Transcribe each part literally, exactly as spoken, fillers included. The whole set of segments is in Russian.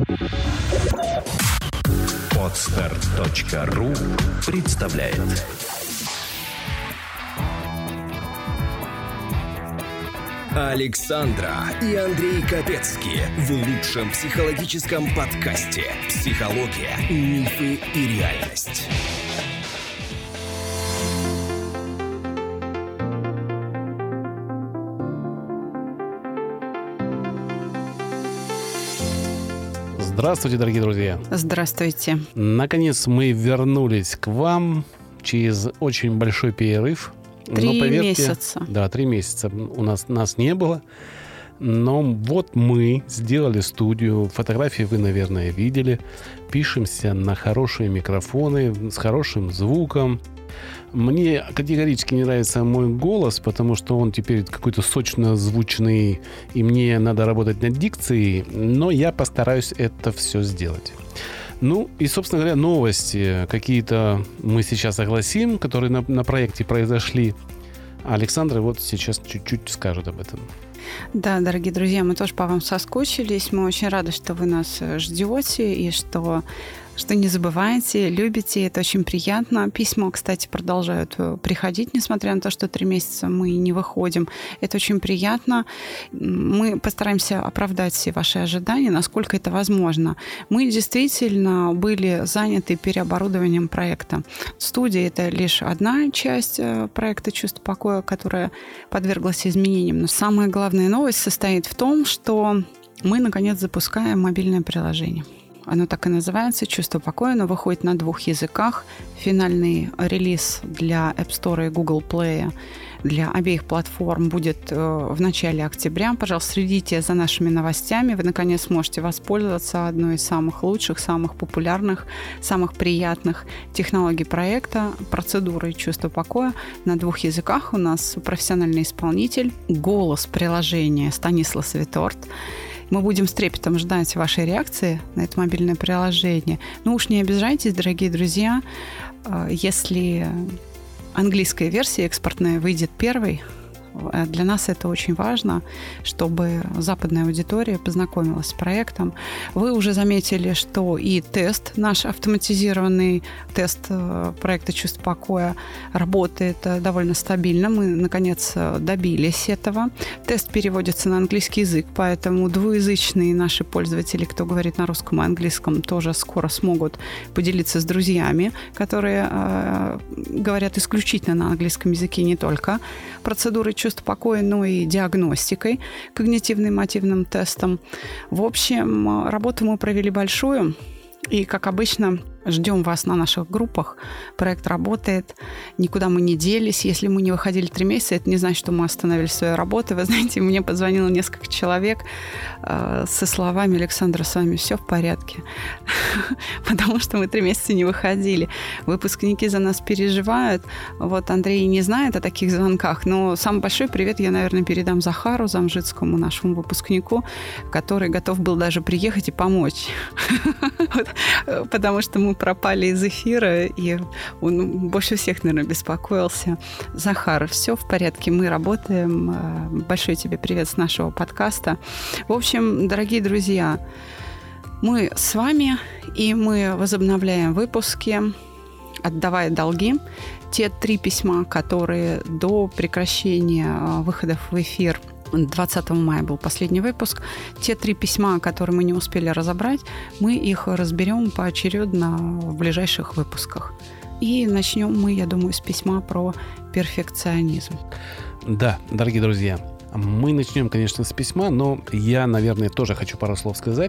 Подстер точка ру представляет. Александра и Андрей Капецки в лучшем психологическом подкасте «Психология, мифы и реальность». Здравствуйте, дорогие друзья. Здравствуйте. Наконец мы вернулись к вам через очень большой перерыв. Три но, поверьте, месяца. Да, три месяца у нас, нас не было. Но вот мы сделали студию. Фотографии вы, наверное, видели. Пишемся на хорошие микрофоны с хорошим звуком. Мне категорически не нравится мой голос, потому что он теперь какой-то сочно-звучный, и мне надо работать над дикцией, но я постараюсь это все сделать. Ну, и, собственно говоря, новости какие-то мы сейчас огласим, которые на, на проекте произошли. Александра вот сейчас чуть-чуть скажет об этом. Да, дорогие друзья, мы тоже по вам соскучились. Мы очень рады, что вы нас ждете и что... что не забываете, любите, это очень приятно. Письма, кстати, продолжают приходить, несмотря на то, что три месяца мы не выходим. Это очень приятно. Мы постараемся оправдать все ваши ожидания, насколько это возможно. Мы действительно были заняты переоборудованием проекта. Студия — это лишь одна часть проекта «Чувство покоя», которая подверглась изменениям. Но самая главная новость состоит в том, что мы, наконец, запускаем мобильное приложение. Оно так и называется «Чувство покоя». Оно выходит на двух языках. Финальный релиз для App Store и Google Play для обеих платформ будет в начале октября. Пожалуйста, следите за нашими новостями. Вы, наконец, сможете воспользоваться одной из самых лучших, самых популярных, самых приятных технологий проекта, процедуры «Чувство покоя» на двух языках. У нас профессиональный исполнитель, голос приложения Станислав Виторт. Мы будем с трепетом ждать вашей реакции на это мобильное приложение. Ну уж не обижайтесь, дорогие друзья, если английская версия экспортная выйдет первой. Для нас это очень важно, чтобы западная аудитория познакомилась с проектом. Вы уже заметили, что и тест, наш автоматизированный тест проекта «Чувство покоя» работает довольно стабильно. Мы, наконец, добились этого. Тест переводится на английский язык, поэтому двуязычные наши пользователи, кто говорит на русском и английском, тоже скоро смогут поделиться с друзьями, которые э, говорят исключительно на английском языке, не только процедуры чувство покоя, но и диагностикой, когнитивно-эмотивным тестом. В общем, работу мы провели большую, и, как обычно, ждем вас на наших группах. Проект работает, никуда мы не делись. Если мы не выходили три месяца, это не значит, что мы остановили свою работу. Вы знаете, мне позвонило несколько человек э, со словами: «Александра, с вами все в порядке?» Потому что мы три месяца не выходили. Выпускники за нас переживают. Вот Андрей не знает о таких звонках, но самый большой привет я, наверное, передам Захару Замжицкому, нашему выпускнику, который готов был даже приехать и помочь. Потому что мы пропали из эфира, и он больше всех, наверное, беспокоился. Захар, все в порядке, мы работаем. Большой тебе привет с нашего подкаста. В общем, дорогие друзья, мы с вами, и мы возобновляем выпуски, отдавая долги. Те три письма, которые до прекращения выходов в эфир двадцатого мая был последний выпуск. Те три письма, которые мы не успели разобрать, мы их разберем поочередно в ближайших выпусках. И начнем мы, я думаю, с письма про перфекционизм. Да, дорогие друзья, мы начнем, конечно, с письма, но я, наверное, тоже хочу пару слов сказать.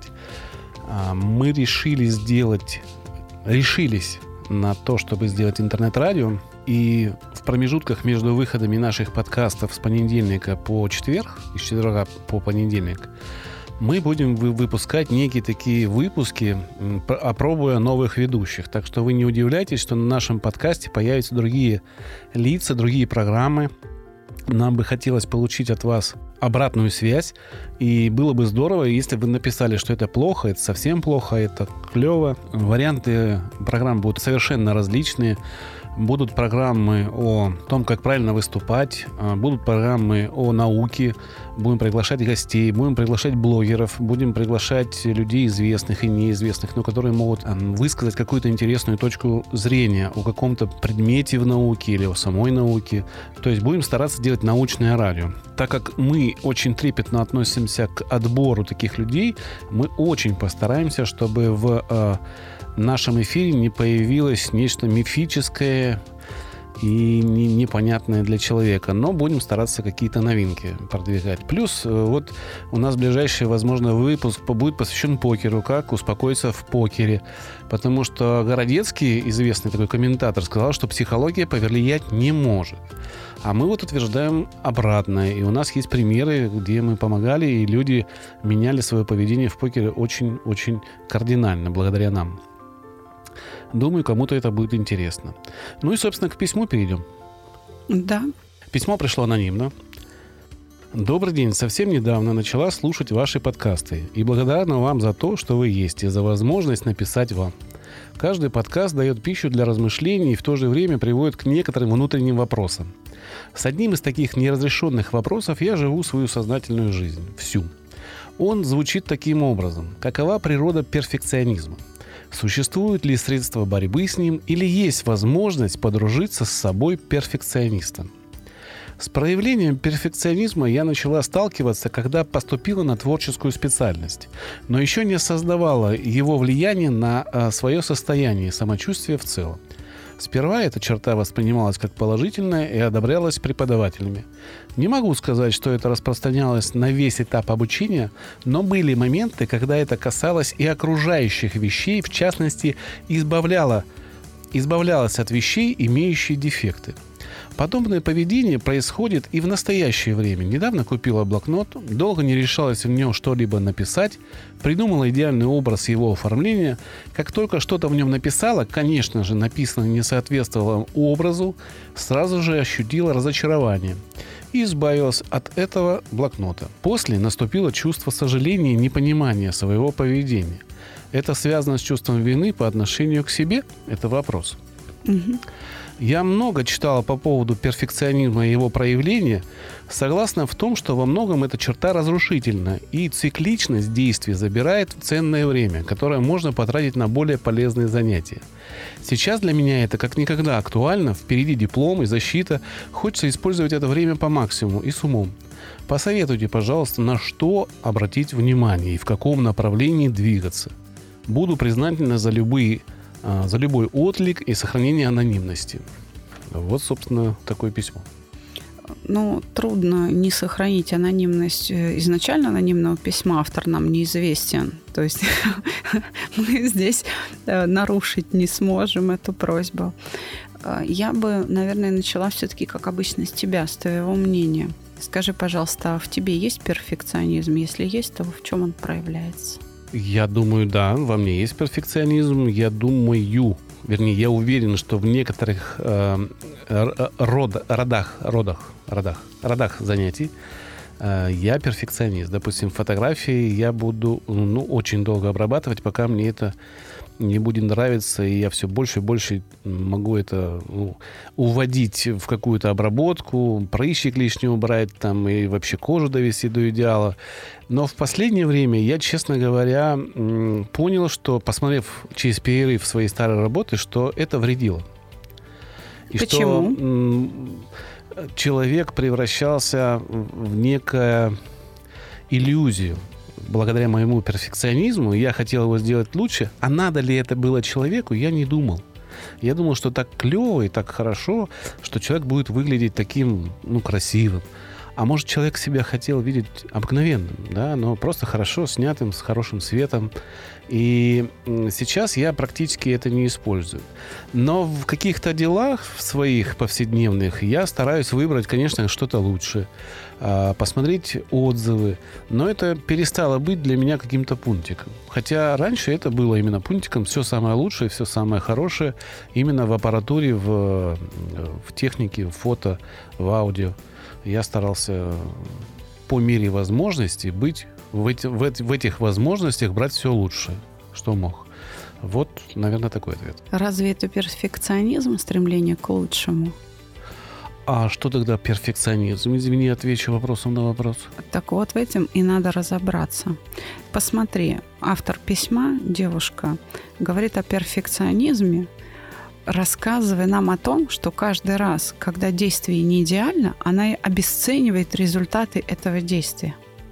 Мы решили сделать, решились на то, чтобы сделать интернет-радио. И в промежутках между выходами наших подкастов с понедельника по четверг и с четверга по понедельник мы будем выпускать некие такие выпуски, опробуя новых ведущих. Так что вы не удивляйтесь, что на нашем подкасте появятся другие лица, другие программы. Нам бы хотелось получить от вас обратную связь. И было бы здорово, если бы вы написали, что это плохо, это совсем плохо, это клево. Варианты программ будут совершенно различные. Будут программы о том, как правильно выступать, будут программы о науке, будем приглашать гостей, будем приглашать блогеров, будем приглашать людей известных и неизвестных, но которые могут высказать какую-то интересную точку зрения о каком-то предмете в науке или о самой науке. То есть будем стараться делать научное радио. Так как мы очень трепетно относимся к отбору таких людей, мы очень постараемся, чтобы в в нашем эфире не появилось нечто мифическое и не, непонятное для человека. Но будем стараться какие-то новинки продвигать. Плюс вот у нас ближайший, возможно, выпуск будет посвящен покеру. Как успокоиться в покере. Потому что Городецкий, известный такой комментатор, сказал, что психология повлиять не может. А мы вот утверждаем обратное. И у нас есть примеры, где мы помогали, и люди меняли свое поведение в покере очень-очень кардинально благодаря нам. Думаю, кому-то это будет интересно. Ну и, собственно, к письму перейдем. Да. Письмо пришло анонимно. Добрый день. Совсем недавно начала слушать ваши подкасты. И благодарна вам за то, что вы есть, и за возможность написать вам. Каждый подкаст дает пищу для размышлений и в то же время приводит к некоторым внутренним вопросам. С одним из таких неразрешенных вопросов я живу свою сознательную жизнь. Всю. Он звучит таким образом. Какова природа перфекционизма? Существуют ли средства борьбы с ним или есть возможность подружиться с собой перфекционистом? С проявлением перфекционизма я начала сталкиваться, когда поступила на творческую специальность, но еще не осознавала его влияние на а, свое состояние и самочувствие в целом. Сперва эта черта воспринималась как положительная и одобрялась преподавателями. Не могу сказать, что это распространялось на весь этап обучения, но были моменты, когда это касалось и окружающих вещей, в частности, избавляло, избавлялось от вещей, имеющих дефекты. Подобное поведение происходит и в настоящее время. Недавно купила блокнот, долго не решалась в нем что-либо написать, придумала идеальный образ его оформления. Как только что-то в нем написала, конечно же, написанное не соответствовало образу, сразу же ощутила разочарование и избавилась от этого блокнота. После наступило чувство сожаления и непонимания своего поведения. Это связано с чувством вины по отношению к себе? Это вопрос. Угу. Я много читала по поводу перфекционизма и его проявления. Согласна в том, что во многом эта черта разрушительна, и цикличность действий забирает ценное время, которое можно потратить на более полезные занятия. Сейчас для меня это как никогда актуально, впереди диплом и защита, хочется использовать это время по максимуму и с умом. Посоветуйте, пожалуйста, на что обратить внимание и в каком направлении двигаться. Буду признательна за любые за любой отклик и сохранение анонимности. Вот, собственно, такое письмо. Ну, трудно не сохранить анонимность изначально анонимного письма. Автор нам неизвестен. То есть мы здесь нарушить не сможем эту просьбу. Я бы, наверное, начала все-таки, как обычно, с тебя, с твоего мнения. Скажи, пожалуйста, в тебе есть перфекционизм? Если есть, то в чем он проявляется? Я думаю, да, во мне есть перфекционизм. Я думаю, вернее, я уверен, что в некоторых э, род, родах, родах, родах, родах занятий э, я перфекционист. Допустим, фотографии я буду ну, очень долго обрабатывать, пока мне это не будет нравиться, и я все больше и больше могу это ну, уводить в какую-то обработку, прыщик лишний убрать там, и вообще кожу довести до идеала. Но в последнее время я, честно говоря, понял, что, посмотрев через перерыв своей старой работы, что это вредило. И Почему? Что человек превращался в некую иллюзию. Благодаря моему перфекционизму я хотел его сделать лучше, а надо ли это было человеку, я не думал. Я думал, что так клево и так хорошо, что человек будет выглядеть таким, ну, красивым. А может, человек себя хотел видеть обыкновенным, да, но просто хорошо снятым, с хорошим светом. И сейчас я практически это не использую. Но в каких-то делах в своих повседневных я стараюсь выбрать, конечно, что-то лучше, посмотреть отзывы. Но это перестало быть для меня каким-то пунктиком. Хотя раньше это было именно пунктиком. Все самое лучшее, все самое хорошее именно в аппаратуре, в, в технике, в фото, в аудио. Я старался по мере возможности быть в, эти, в, эти, в этих возможностях брать все лучшее, что мог. Вот, наверное, такой ответ. Разве это перфекционизм, стремление к лучшему? А что тогда перфекционизм? Извини, отвечу вопросом на вопрос. Так вот, в этом и надо разобраться. Посмотри, автор письма, девушка, говорит о перфекционизме, рассказывая нам о том, что каждый раз, когда действие не идеально, она обесценивает результаты этого действия.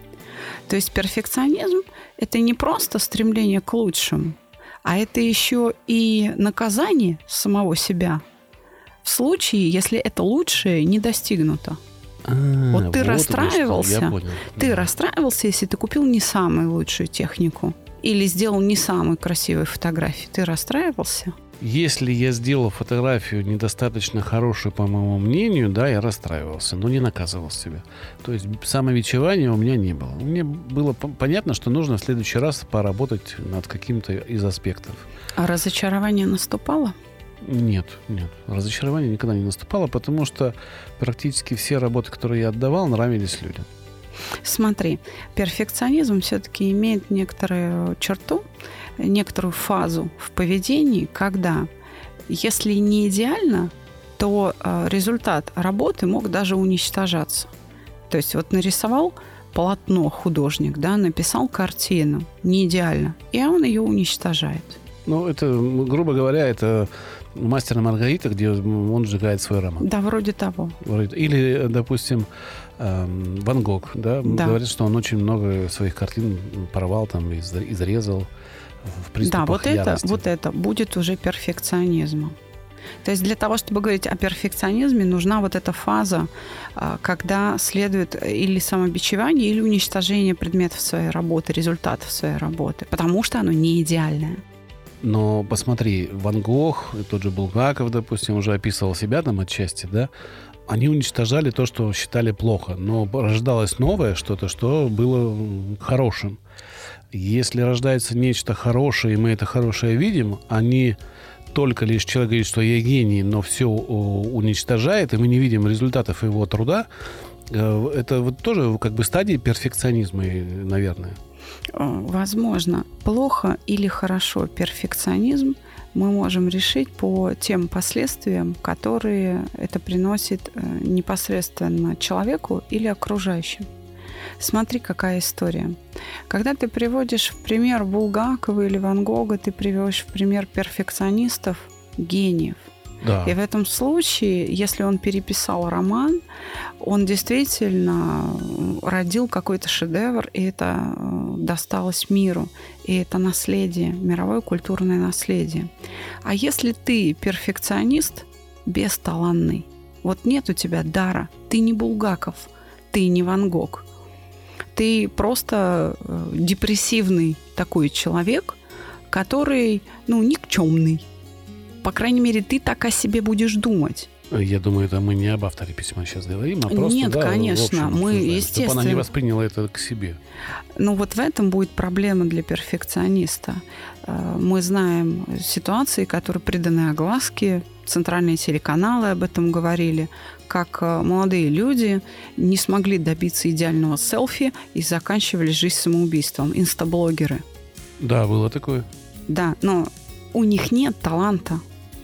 То есть перфекционизм – это не просто стремление к лучшему, а это еще и наказание самого себя в случае, если это лучшее не достигнуто. А, вот ты вот расстраивался, я понял. ты Да. расстраивался, если ты купил не самую лучшую технику или сделал не самую красивую фотографию. Ты расстраивался? Если я сделал фотографию недостаточно хорошую, по моему мнению, да, я расстраивался, но не наказывал себя. То есть самобичевания у меня не было. Мне было п- понятно, что нужно в следующий раз поработать над каким-то из аспектов. А разочарование наступало? Нет, нет. Разочарование никогда не наступало, потому что практически все работы, которые я отдавал, нравились людям. Смотри, перфекционизм все-таки имеет некоторую черту, некоторую фазу в поведении, когда, если не идеально, то э, результат работы мог даже уничтожаться. То есть вот нарисовал полотно художник, да, написал картину, не идеально, и он ее уничтожает. Ну, это, грубо говоря, это «Мастер и Маргарита», где он сжигает свой роман. Да, вроде того. Или, допустим, эм, Ван Гог, да, Да. говорит, что он очень много своих картин порвал, там, из- изрезал в приступах Да, вот это, ярости. вот это будет уже перфекционизмом. То есть для того, чтобы говорить о перфекционизме, нужна вот эта фаза, а, когда следует или самобичевание, или уничтожение предметов своей работы, результатов своей работы, потому что оно не идеальное. Но посмотри, Ван Гог, и тот же Булгаков, допустим, уже описывал себя там отчасти, да, они уничтожали то, что считали плохо, но рождалось новое что-то, что было м, хорошим. Если рождается нечто хорошее, и мы это хорошее видим, они только лишь человек говорит, что я гений, но все уничтожает, и мы не видим результатов его труда, э, это вот тоже как бы стадия перфекционизма, наверное. Возможно, плохо или хорошо перфекционизм мы можем решить по тем последствиям, которые это приносит непосредственно человеку или окружающим. Смотри, какая история. Когда ты приводишь в пример Булгакова или Ван Гога, ты приводишь в пример перфекционистов, гениев. Да. И в этом случае, если он переписал роман, он действительно родил какой-то шедевр, и это досталось миру. И это наследие, мировое культурное наследие. А если ты перфекционист, бесталанный, вот нет у тебя дара, ты не Булгаков, ты не Ван Гог, ты просто депрессивный такой человек, который, ну, никчемный. По крайней мере, ты так о себе будешь думать. Я думаю, это мы не об авторе письма сейчас говорим, а просто, Нет, да, конечно, в общем, мы, обсуждаем, естественно... чтобы она не восприняла это к себе. Но вот в этом будет проблема для перфекциониста. Мы знаем ситуации, которые приданы огласке, центральные телеканалы об этом говорили, как молодые люди не смогли добиться идеального селфи и заканчивали жизнь самоубийством. Инстаблогеры. Да, было такое. Да, но у них нет таланта.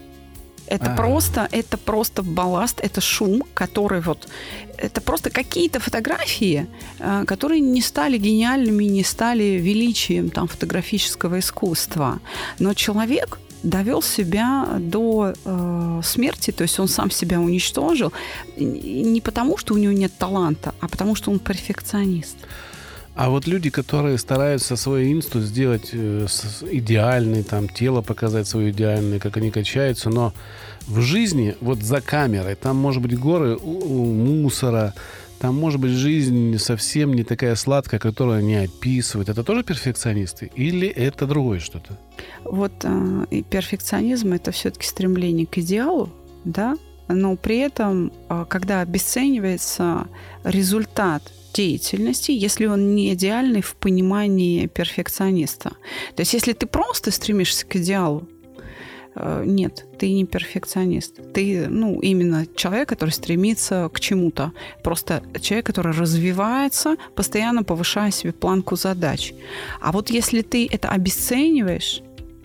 Это А. просто, это просто балласт, это шум, который вот... Это просто какие-то фотографии, которые не стали гениальными, не стали величием там, фотографического искусства. Но человек довел себя до э, смерти, то есть он сам себя уничтожил не потому, что у него нет таланта, а потому, что он перфекционист. А вот люди, которые стараются свой инсту сделать э, с, идеальный, там, тело показать свое идеальное, как они качаются, но в жизни, вот за камерой, там может быть горы у, у мусора, там может быть жизнь совсем не такая сладкая, которую они описывают. Это тоже перфекционисты? Или это другое что-то? Вот э, и перфекционизм – это все-таки стремление к идеалу, да, но при этом, э, когда обесценивается результат деятельности, если он не идеальный в понимании перфекциониста. То есть если ты просто стремишься к идеалу, Нет, ты не перфекционист. Ты, ну, именно человек, который стремится к чему-то. Просто человек, который развивается, постоянно повышая себе планку задач. А вот если ты это обесцениваешь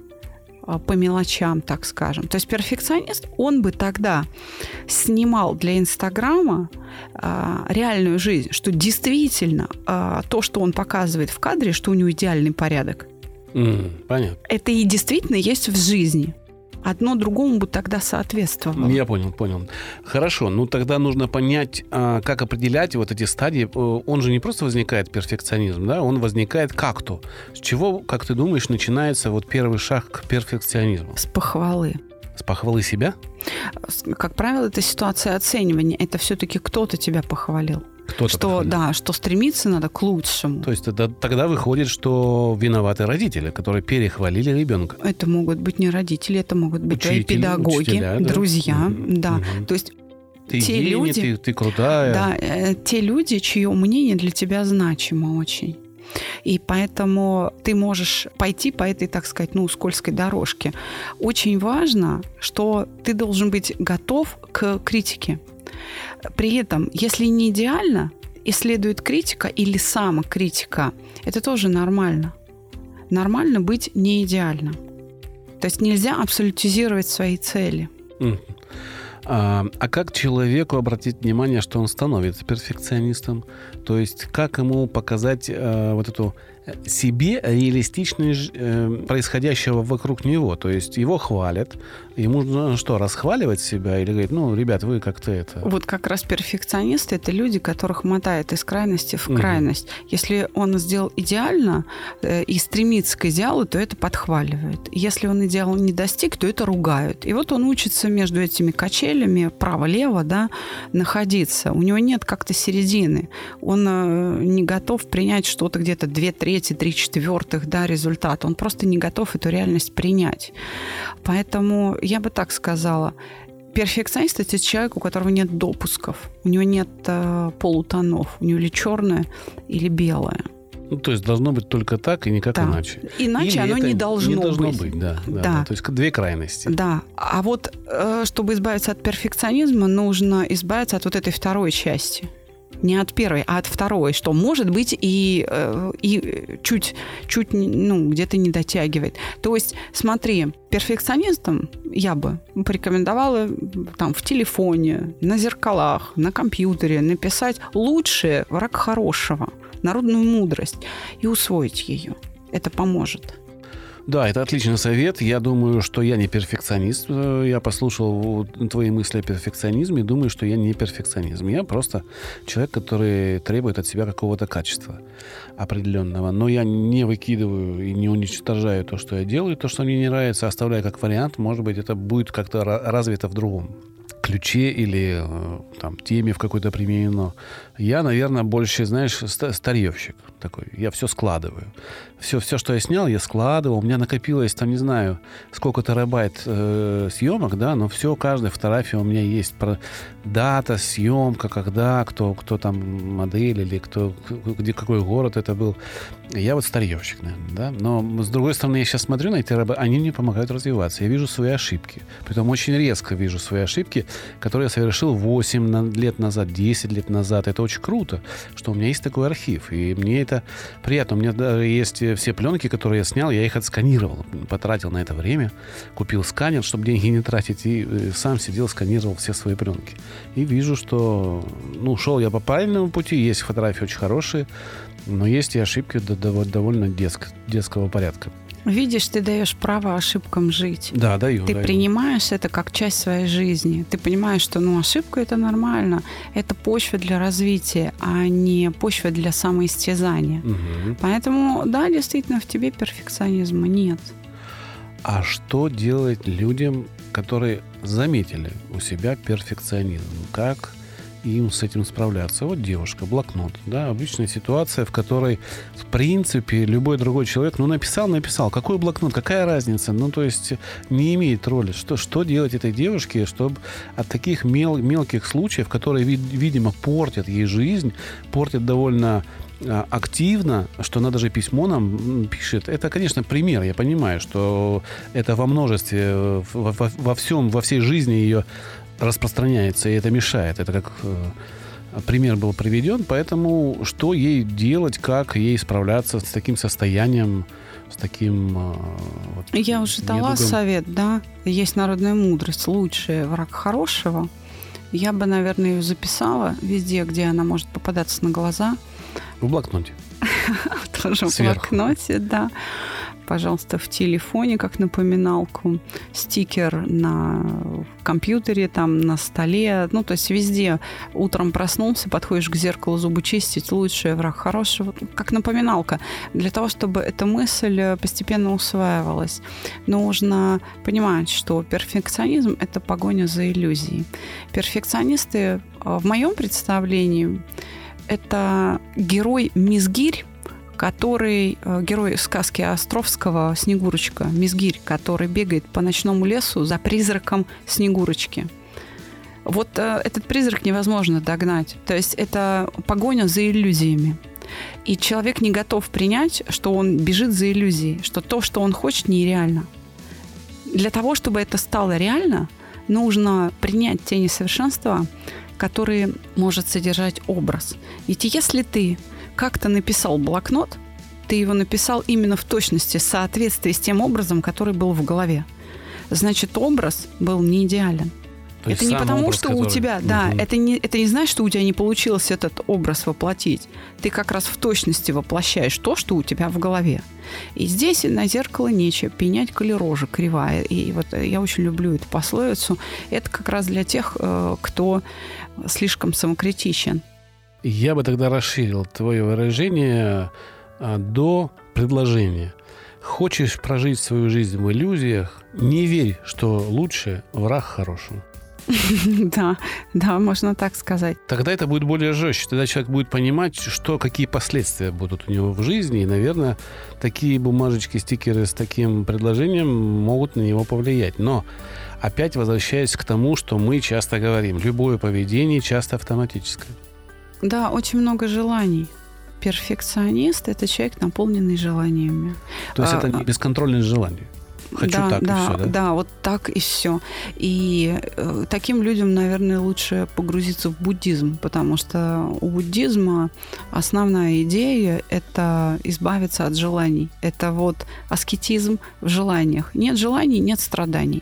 по мелочам, так скажем. То есть перфекционист, он бы тогда снимал для Инстаграма а, реальную жизнь, что действительно а, то, что он показывает в кадре, что у него идеальный порядок. Mm, понятно. Это и действительно есть в жизни. Одно другому бы тогда соответствовало. Я понял, понял. Хорошо, ну тогда нужно понять, как определять вот эти стадии. Он же не просто возникает перфекционизм, да, он возникает как-то. С чего, как ты думаешь, начинается вот первый шаг к перфекционизму? С похвалы. С похвалы себя? Как правило, это ситуация оценивания. Это все-таки кто-то тебя похвалил. Кто-то что, похвалил. Да, что стремиться надо к лучшему. То есть тогда, тогда выходит, что виноваты родители, которые перехвалили ребенка. Это могут быть не родители, это могут быть Учители, твои педагоги, учителя, да? друзья. Mm-hmm. Да. Mm-hmm. То есть ты те гений, люди, ты, ты крутая. Да, э, те люди, чье мнение для тебя значимо очень. И поэтому ты можешь пойти по этой, так сказать, ну, скользкой дорожке. Очень важно, что ты должен быть готов к критике. При этом, если не идеально, и следует критика или самокритика, это тоже нормально. Нормально быть не идеально. То есть нельзя абсолютизировать свои цели. Mm. А, а как человеку обратить внимание, что он становится перфекционистом? То есть как ему показать э, вот эту себе реалистичность э, происходящего вокруг него? То есть его хвалят, ему нужно что, расхваливать себя или говорить, ну, ребят, вы как-то это... Вот как раз перфекционисты – это люди, которых мотает из крайности в Угу. крайность. Если он сделал идеально э, и стремится к идеалу, то это подхваливают. Если он идеала не достиг, то это ругают. И вот он учится между этими качелями право-лево, да, находиться. У него нет как-то середины. Он э, не готов принять что-то где-то две трети, три четвертых, да, результат. Он просто не готов эту реальность принять. Поэтому я бы так сказала, перфекционист – это человек, у которого нет допусков, у него нет э, полутонов, у него или черное, или белое. Ну, то есть должно быть только так и никак Да. иначе. Иначе Или оно это не должно, не должно быть. быть. Да, да, Да. да. То есть две крайности. Да. А вот э, чтобы избавиться от перфекционизма, нужно избавиться от вот этой второй части. Не от первой, а от второй, что может быть и, и чуть, чуть ну, где-то не дотягивает. То есть, смотри, перфекционистам я бы порекомендовала там, в телефоне, на зеркалах, на компьютере написать «лучшее враг хорошего», народную мудрость и усвоить ее. Это поможет. Да, это отличный совет. Я думаю, что я не перфекционист. Я послушал твои мысли о перфекционизме и думаю, что я не перфекционизм. Я просто человек, который требует от себя какого-то качества определенного. Но я не выкидываю и не уничтожаю то, что я делаю, то, что мне не нравится, оставляю как вариант. Может быть, это будет как-то развито в другом ключе или там, теме в какой-то применено. Я, наверное, больше, знаешь, старьевщик такой. Я все складываю. Все, все, что я снял, я складывал. У меня накопилось, там, не знаю, сколько терабайт э, съемок, да, но все, каждая фотография у меня есть. Про дата, съемка, когда, кто, кто там модель или кто, где, какой город это был. Я вот старьевщик, наверное, да. Но, с другой стороны, я сейчас смотрю на эти терабайты, они мне помогают развиваться. Я вижу свои ошибки. Притом очень резко вижу свои ошибки, которые я совершил восемь лет назад, десять лет назад. Это очень круто, что у меня есть такой архив. И мне это приятно. У меня даже есть все пленки, которые я снял, я их отсканировал. Потратил на это время. Купил сканер, чтобы деньги не тратить. И сам сидел, сканировал все свои пленки. И вижу, что ну, шел я по правильному пути. Есть фотографии очень хорошие, но есть и ошибки довольно детск, детского порядка. Видишь, ты даешь право ошибкам жить. Да, даю. Ты даю. принимаешь это как часть своей жизни. Ты понимаешь, что ну, ошибка – это нормально. Это почва для развития, а не почва для самоистязания. Угу. Поэтому, да, действительно, в тебе перфекционизма нет. А что делать людям, которые заметили у себя перфекционизм? Как им с этим справляться? Вот девушка, блокнот, да, обычная ситуация, в которой, в принципе, любой другой человек, ну, написал, написал. Какой блокнот? Какая разница? Ну, то есть, не имеет роли. Что, что делать этой девушке, чтобы от таких мел, мелких случаев, которые, видимо, портят ей жизнь, портят довольно активно, что она даже письмо нам пишет. Это, конечно, пример. Я понимаю, что это во множестве, во, во, во всем, во всей жизни ее распространяется, и это мешает. Это как пример был приведен. Поэтому что ей делать, как ей справляться с таким состоянием, с таким вот, Я уже дала недугом. совет, да. Есть народная мудрость. Лучший враг хорошего. Я бы, наверное, ее записала везде, где она может попадаться на глаза. В блокноте. Тоже в блокноте, да. Пожалуйста, в телефоне, как напоминалку. Стикер на компьютере, там, на столе. Ну, то есть везде. Утром проснулся, подходишь к зеркалу, зубы чистить. Лучший враг хорошего. Как напоминалка. Для того, чтобы эта мысль постепенно усваивалась, нужно понимать, что перфекционизм – это погоня за иллюзией. Перфекционисты, в моем представлении, это герой Мизгирь, который, герой сказки Островского «Снегурочка», Мизгирь, который бегает по ночному лесу за призраком Снегурочки. Вот э, этот призрак невозможно догнать. То есть это погоня за иллюзиями. И человек не готов принять, что он бежит за иллюзией, что то, что он хочет, нереально. Для того, чтобы это стало реально, нужно принять те несовершенства, которые может содержать образ. Ведь если ты как-то написал блокнот, ты его написал именно в точности, в соответствии с тем образом, который был в голове. Значит, образ был не идеален. То это не потому, образ, что который... у тебя, да, угу. это, не, это не значит, что у тебя не получилось этот образ воплотить. Ты как раз в точности воплощаешь то, что у тебя в голове. И здесь на зеркало нечего пенять, коли рожа кривая. И вот я очень люблю эту пословицу. Это как раз для тех, кто слишком самокритичен. Я бы тогда расширил твое выражение до предложения. Хочешь прожить свою жизнь в иллюзиях, не верь, что лучше враг хорошему. Да, да, можно так сказать. Тогда это будет более жестче. Тогда человек будет понимать, что, какие последствия будут у него в жизни. И, наверное, такие бумажечки, стикеры с таким предложением могут на него повлиять. Но опять возвращаясь к тому, что мы часто говорим, любое поведение часто автоматическое. Да, очень много желаний. Перфекционист – это человек, наполненный желаниями. То есть а, это не бесконтрольное желание? Хочу да, так да, и все, да? Да, вот так и все. И э, таким людям, наверное, лучше погрузиться в буддизм, потому что у буддизма основная идея – это избавиться от желаний. Это вот аскетизм в желаниях. Нет желаний – нет страданий.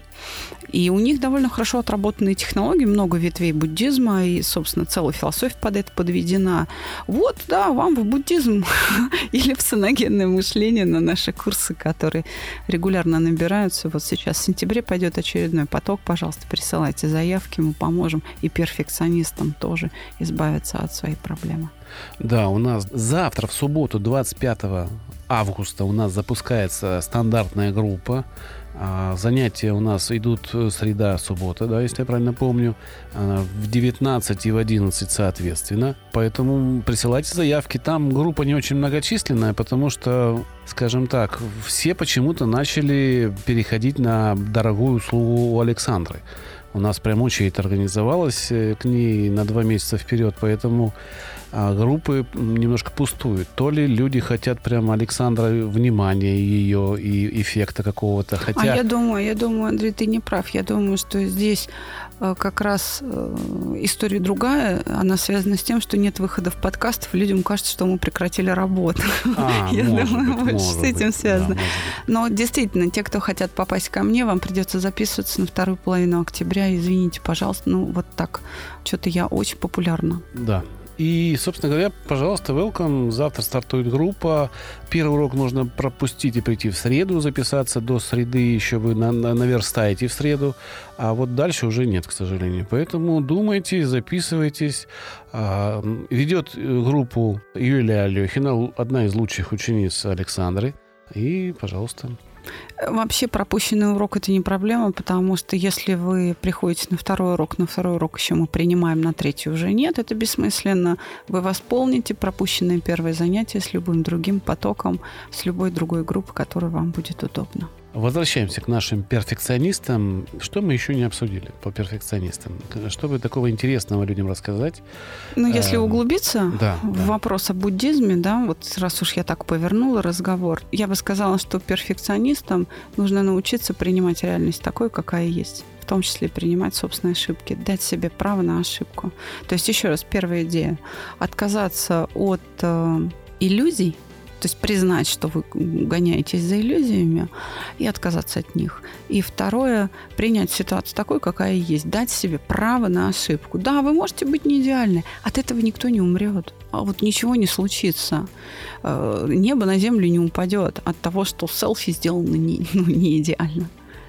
И у них довольно хорошо отработанные технологии, много ветвей буддизма, и, собственно, целая философия под это подведена. Вот, да, вам в буддизм или в саногенное мышление на наши курсы, которые регулярно набираются. Вот сейчас в сентябре пойдет очередной поток. Пожалуйста, присылайте заявки, мы поможем и перфекционистам тоже избавиться от своей проблемы. Да, у нас завтра, в субботу, двадцать пятого августа, у нас запускается стандартная группа. Занятия у нас идут среда, суббота, да, если я правильно помню, в девятнадцать и в одиннадцать соответственно. Поэтому присылайте заявки. Там группа не очень многочисленная, потому что, скажем так, все почему-то начали переходить на дорогую услугу у Александры. У нас прям очередь организовалась к ней на два месяца вперед, поэтому а, группы немножко пустуют. То ли люди хотят прямо Александра внимания ее и эффекта какого-то. Хотя... А я думаю, я думаю, Андрей, ты не прав. Я думаю, что здесь как раз история другая. Она связана с тем, что нет выходов подкастов. Людям кажется, что мы прекратили работу. А, я может думаю, быть, больше может с этим быть, связано. да, Но действительно, те, кто хотят попасть ко мне, вам придется записываться на вторую половину октября. Извините, пожалуйста. Ну, вот так. Что-то я очень популярна. Да. И, собственно говоря, пожалуйста, welcome. Завтра стартует группа. Первый урок можно пропустить и прийти в среду, записаться до среды. Еще вы на- на- наверстаете в среду. А вот дальше уже нет, к сожалению. Поэтому думайте, записывайтесь. А, ведет группу Юлия Алехина, одна из лучших учениц Александры. И, пожалуйста... Вообще пропущенный урок – это не проблема, потому что если вы приходите на второй урок, на второй урок еще мы принимаем, на третий уже нет, это бессмысленно. Вы восполните пропущенное первое занятие с любым другим потоком, с любой другой группой, которая вам будет удобна. Возвращаемся к нашим перфекционистам. Что мы еще не обсудили по перфекционистам? Что бы такого интересного людям рассказать? Ну, если углубиться да, в да. вопрос о буддизме, да, вот раз уж я так повернула разговор, я бы сказала, что перфекционистам нужно научиться принимать реальность такой, какая есть. В том числе принимать собственные ошибки, дать себе право на ошибку. То есть, еще раз, первая идея. Отказаться от э, иллюзий, то есть признать, что вы гоняетесь за иллюзиями, и отказаться от них. И второе, принять ситуацию такой, какая есть. Дать себе право на ошибку. Да, вы можете быть не идеальны. От этого никто не умрет. А вот ничего не случится. Небо на землю не упадет от того, что селфи сделано не, ну, не идеально.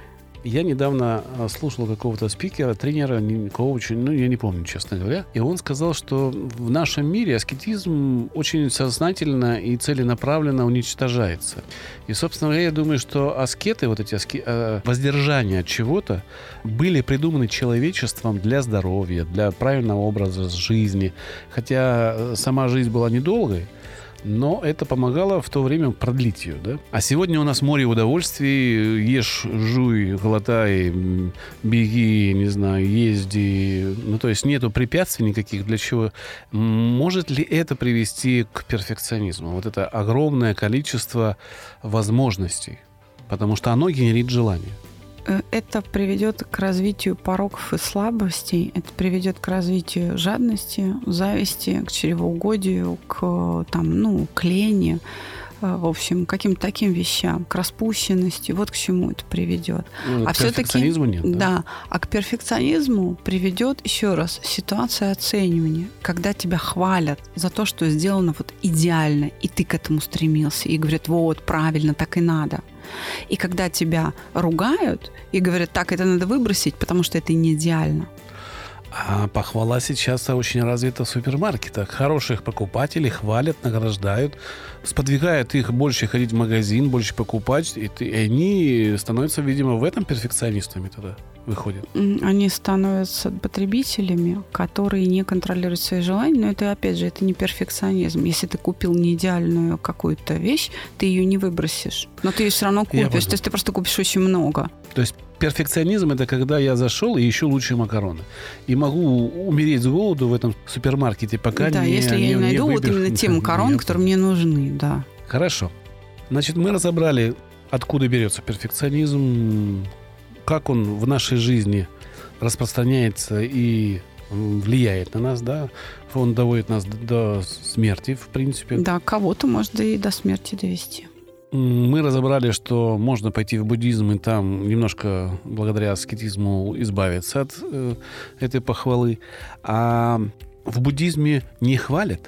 Я недавно слушал какого-то спикера, тренера, коуча, ну, я не помню, честно говоря. И он сказал, что в нашем мире аскетизм очень сознательно и целенаправленно уничтожается. И, собственно говоря, я думаю, что аскеты, вот эти аски... воздержания от чего-то, были придуманы человечеством для здоровья, для правильного образа жизни. Хотя сама жизнь была недолгой, но это помогало в то время продлить ее, да? А сегодня у нас море удовольствий. Ешь, жуй, глотай, беги, не знаю, езди. Ну, то есть нету препятствий никаких. Для чего? Может ли это привести к перфекционизму? Вот это огромное количество возможностей. Потому что оно генерит желание. Это приведет к развитию пороков и слабостей, это приведет к развитию жадности, зависти, к чревоугодию, к, там, ну, к лени, в общем, к каким-то таким вещам, к распущенности. Вот к чему это приведет. Ну, а к перфекционизму нет, да? Да. А к перфекционизму приведет, еще раз, ситуация оценивания, когда тебя хвалят за то, что сделано вот идеально, и ты к этому стремился, и говорят, вот, правильно, так и надо. И когда тебя ругают и говорят, так, это надо выбросить, потому что это не идеально. А похвала сейчас очень развита в супермаркетах. Хороших покупателей хвалят, награждают, сподвигают их больше ходить в магазин, больше покупать. И, и они становятся, видимо, в этом перфекционистами тогда выходят. Они становятся потребителями, которые не контролируют свои желания. Но это, опять же, это не перфекционизм. Если ты купил неидеальную какую-то вещь, ты ее не выбросишь. Но ты ее все равно купишь. То есть ты просто купишь очень много. То есть перфекционизм – это когда я зашел и ищу лучшие макароны. И могу умереть с голоду в этом супермаркете, пока да, не если я не, не найду вот именно те макароны, которые мне нужны, да. Хорошо. Значит, мы разобрали, откуда берется перфекционизм, как он в нашей жизни распространяется и влияет на нас, да. Он доводит нас до смерти, в принципе. Да, кого-то может и до смерти довести. Мы разобрали, что можно пойти в буддизм и там немножко благодаря аскетизму избавиться от э, этой похвалы. А в буддизме не хвалят?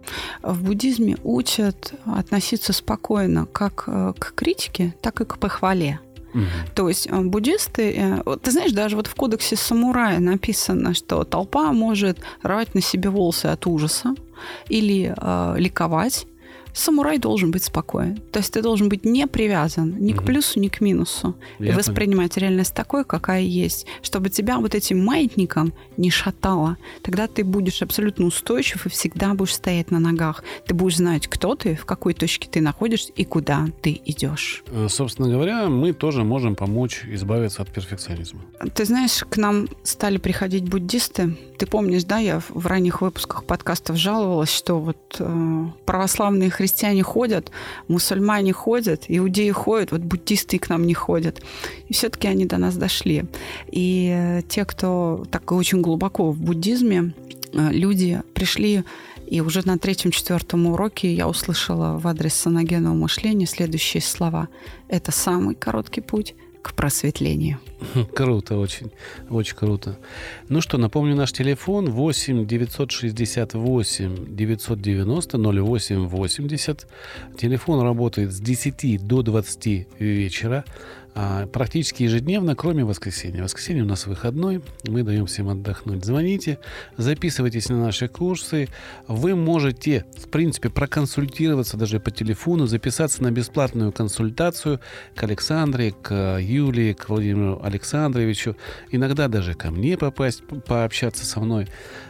В буддизме учат относиться спокойно как к критике, так и к похвале. Угу. То есть буддисты, ты знаешь, даже вот в кодексе самурая написано, что толпа может рвать на себе волосы от ужаса или э, ликовать. Самурай должен быть спокоен. То есть ты должен быть не привязан ни угу. к плюсу, ни к минусу. Я и воспринимать понял. Реальность такой, какая есть. Чтобы тебя вот этим маятником не шатало. Тогда ты будешь абсолютно устойчив и всегда будешь стоять на ногах. Ты будешь знать, кто ты, в какой точке ты находишься и куда ты идешь. Собственно говоря, мы тоже можем помочь избавиться от перфекционизма. Ты знаешь, к нам стали приходить буддисты. Ты помнишь, да, я в ранних выпусках подкастов жаловалась, что вот э, православные христиане ходят, мусульмане ходят, иудеи ходят, вот буддисты к нам не ходят. И все-таки они до нас дошли. И те, кто так очень глубоко в буддизме, люди пришли, и уже на третьем-четвертом уроке я услышала в адрес саногенного мышления следующие слова. Это самый короткий путь к просветлению. Круто, очень, очень круто. Ну что, напомню, наш телефон восемь девятьсот шестьдесят восемь девятьсот девяносто ноль восемь восемьдесят. Телефон работает с десяти до двадцати вечера. Практически ежедневно, кроме воскресенья. Воскресенье у нас выходной, мы даем всем отдохнуть. Звоните, записывайтесь на наши курсы. Вы можете, в принципе, проконсультироваться даже по телефону, записаться на бесплатную консультацию к Александре, к Юлии, к Владимиру Александровичу. Иногда даже ко мне попасть, пообщаться со мной.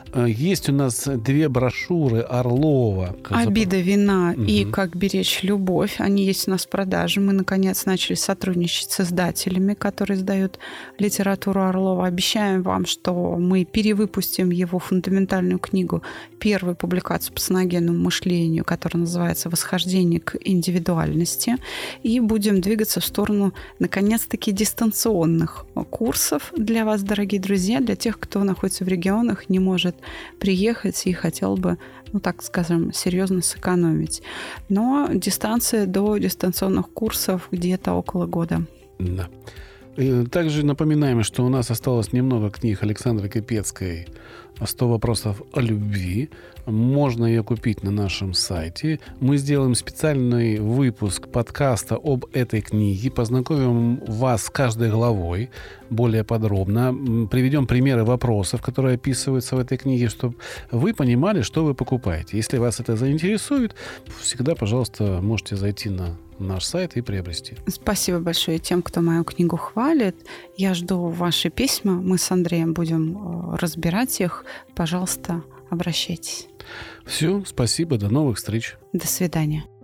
Есть у нас две брошюры Орлова. «Обида, вина» угу. и «Как беречь любовь». Они есть у нас в продаже. Мы, наконец, начали сотрудничать с издателями, которые издают литературу Орлова. Обещаем вам, что мы перевыпустим его фундаментальную книгу, первую публикацию по саногенному мышлению, которая называется «Восхождение к индивидуальности». И будем двигаться в сторону, наконец-таки, дистанционных курсов для вас, дорогие друзья, для тех, кто находится в регионах, не может приехать и хотел бы, ну так скажем, серьезно сэкономить. Но дистанция до дистанционных курсов где-то около года. Да. И также напоминаем, что у нас осталось немного книг Александры Капецкой «сто вопросов о любви». Можно ее купить на нашем сайте. Мы сделаем специальный выпуск подкаста об этой книге, познакомим вас с каждой главой более подробно, приведем примеры вопросов, которые описываются в этой книге, чтобы вы понимали, что вы покупаете. Если вас это заинтересует, всегда, пожалуйста, можете зайти на наш сайт и приобрести. Спасибо большое тем, кто мою книгу хвалит. Я жду ваши письма. Мы с Андреем будем разбирать их. Пожалуйста, обращайтесь. Все, спасибо, до новых встреч. До свидания.